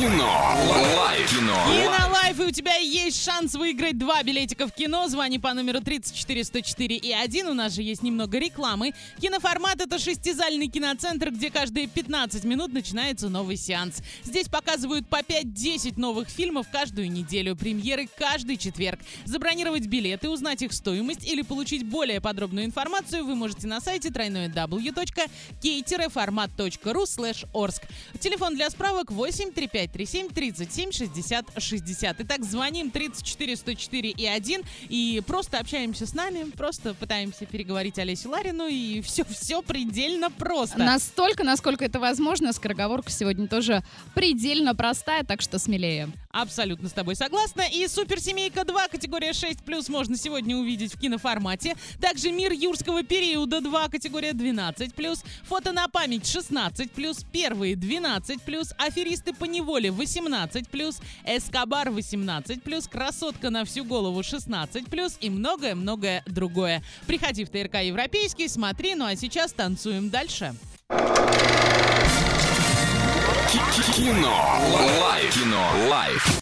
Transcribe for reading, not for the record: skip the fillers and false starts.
Кино. Лайф. Кинолайф, и у тебя есть шанс выиграть 2 билетика в кино. Звони по номеру 34 104 и 1. У нас же есть немного рекламы. Киноформат — это шестизальный киноцентр, где каждые 15 минут начинается новый сеанс. Здесь показывают по 5-10 новых фильмов каждую неделю. Премьеры каждый четверг. Забронировать билеты, узнать их стоимость или получить более подробную информацию вы можете на сайте www.k-format.ru/Орск. Телефон для справок 8 3537 37 60 60. Итак, звоним 34 104 и 1 и просто общаемся с нами, просто пытаемся переговорить Олесю Ларину, и все предельно просто. Настолько, насколько это возможно. Скороговорка сегодня тоже предельно простая, так что смелее. Абсолютно с тобой согласна. И «Суперсемейка 2» категория 6+, можно сегодня увидеть в киноформате. Также «Мир юрского периода 2» категория 12+, «Фото на память» 16+, «Первые» 12+, «Аферисты по неволе» 18+, «Эскобар» 18+, «Красотка на всю голову» 16+, и многое-многое другое. Приходи в ТРК Европейский, смотри, ну а сейчас танцуем дальше. Кино. Лайф.